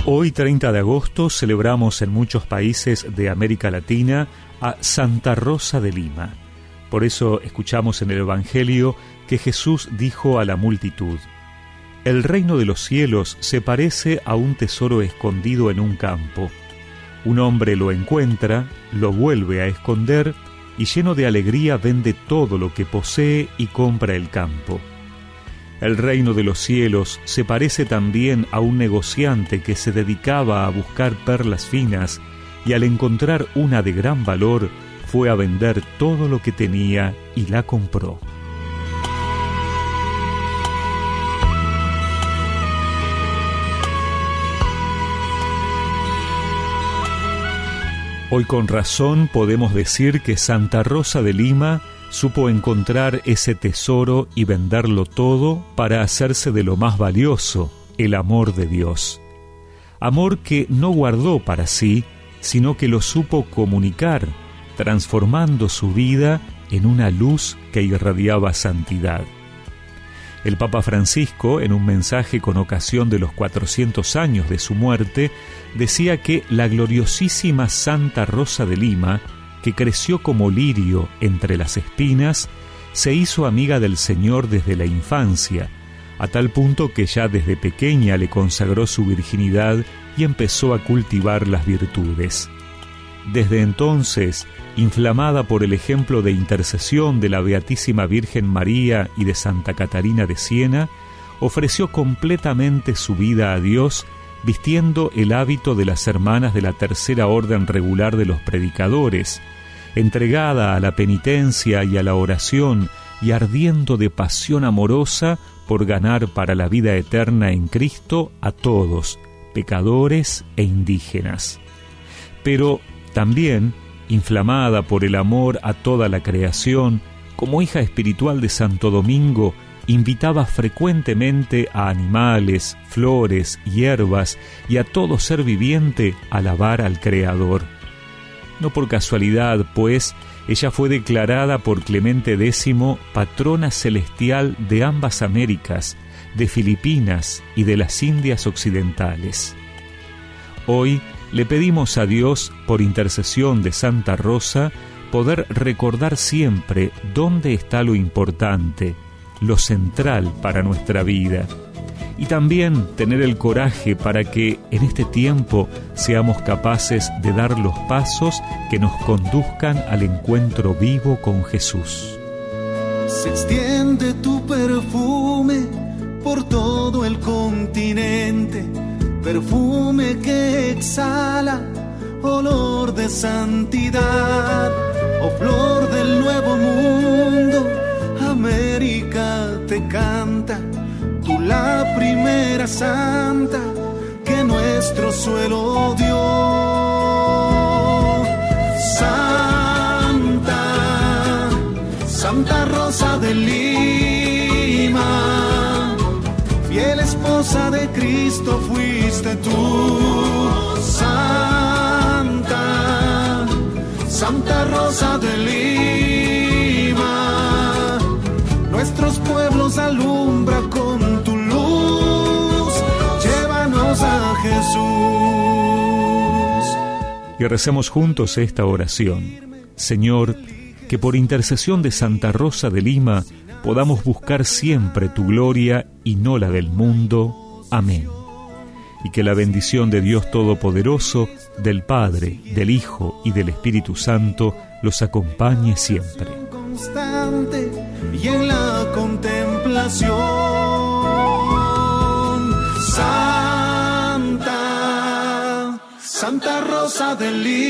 Hoy, 30 de agosto, celebramos en muchos países de América Latina a Santa Rosa de Lima. Por eso escuchamos en el Evangelio que Jesús dijo a la multitud: «El reino de los cielos se parece a un tesoro escondido en un campo. Un hombre lo encuentra, lo vuelve a esconder y lleno de alegría vende todo lo que posee y compra el campo». El reino de los cielos se parece también a un negociante que se dedicaba a buscar perlas finas y al encontrar una de gran valor fue a vender todo lo que tenía y la compró. Hoy con razón podemos decir que Santa Rosa de Lima supo encontrar ese tesoro y venderlo todo para hacerse de lo más valioso, el amor de Dios. Amor que no guardó para sí, sino que lo supo comunicar, transformando su vida en una luz que irradiaba santidad. El Papa Francisco, en un mensaje con ocasión de los 400 años de su muerte, decía que la gloriosísima Santa Rosa de Lima, que creció como lirio entre las espinas, se hizo amiga del Señor desde la infancia, a tal punto que ya desde pequeña le consagró su virginidad y empezó a cultivar las virtudes. Desde entonces, inflamada por el ejemplo de intercesión de la Beatísima Virgen María y de Santa Catarina de Siena, ofreció completamente su vida a Dios, vistiendo el hábito de las hermanas de la Tercera Orden Regular de los Predicadores, entregada a la penitencia y a la oración y ardiendo de pasión amorosa por ganar para la vida eterna en Cristo a todos, pecadores e indígenas. Pero también, inflamada por el amor a toda la creación, como hija espiritual de Santo Domingo, invitaba frecuentemente a animales, flores, hierbas y a todo ser viviente a alabar al Creador. No por casualidad, pues, ella fue declarada por Clemente X patrona celestial de ambas Américas, de Filipinas y de las Indias Occidentales. Hoy le pedimos a Dios, por intercesión de Santa Rosa, poder recordar siempre dónde está lo importante, lo central para nuestra vida, y también tener el coraje para que en este tiempo seamos capaces de dar los pasos que nos conduzcan al encuentro vivo con Jesús. Se extiende tu perfume por todo el continente, perfume que exhala olor de santidad, oh flor del nuevo mundo, América te canta, tú la primera santa que nuestro suelo dio. Santa, Santa Rosa de Lima, fiel esposa de Cristo fuiste tú. Santa, Santa Rosa de Lima, nuestros pueblos alumbra con tu luz, llévanos a Jesús. Y recemos juntos esta oración. Señor, que por intercesión de Santa Rosa de Lima podamos buscar siempre tu gloria y no la del mundo. Amén. Y que la bendición de Dios Todopoderoso, del Padre, del Hijo y del Espíritu Santo los acompañe siempre. Constante y en la contemplación. Santa, Santa Rosa de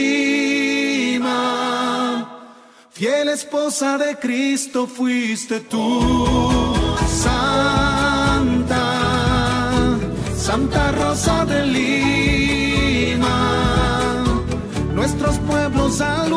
Lima, fiel esposa de Cristo fuiste tú. Santa, Santa Rosa de Lima, nuestros pueblos al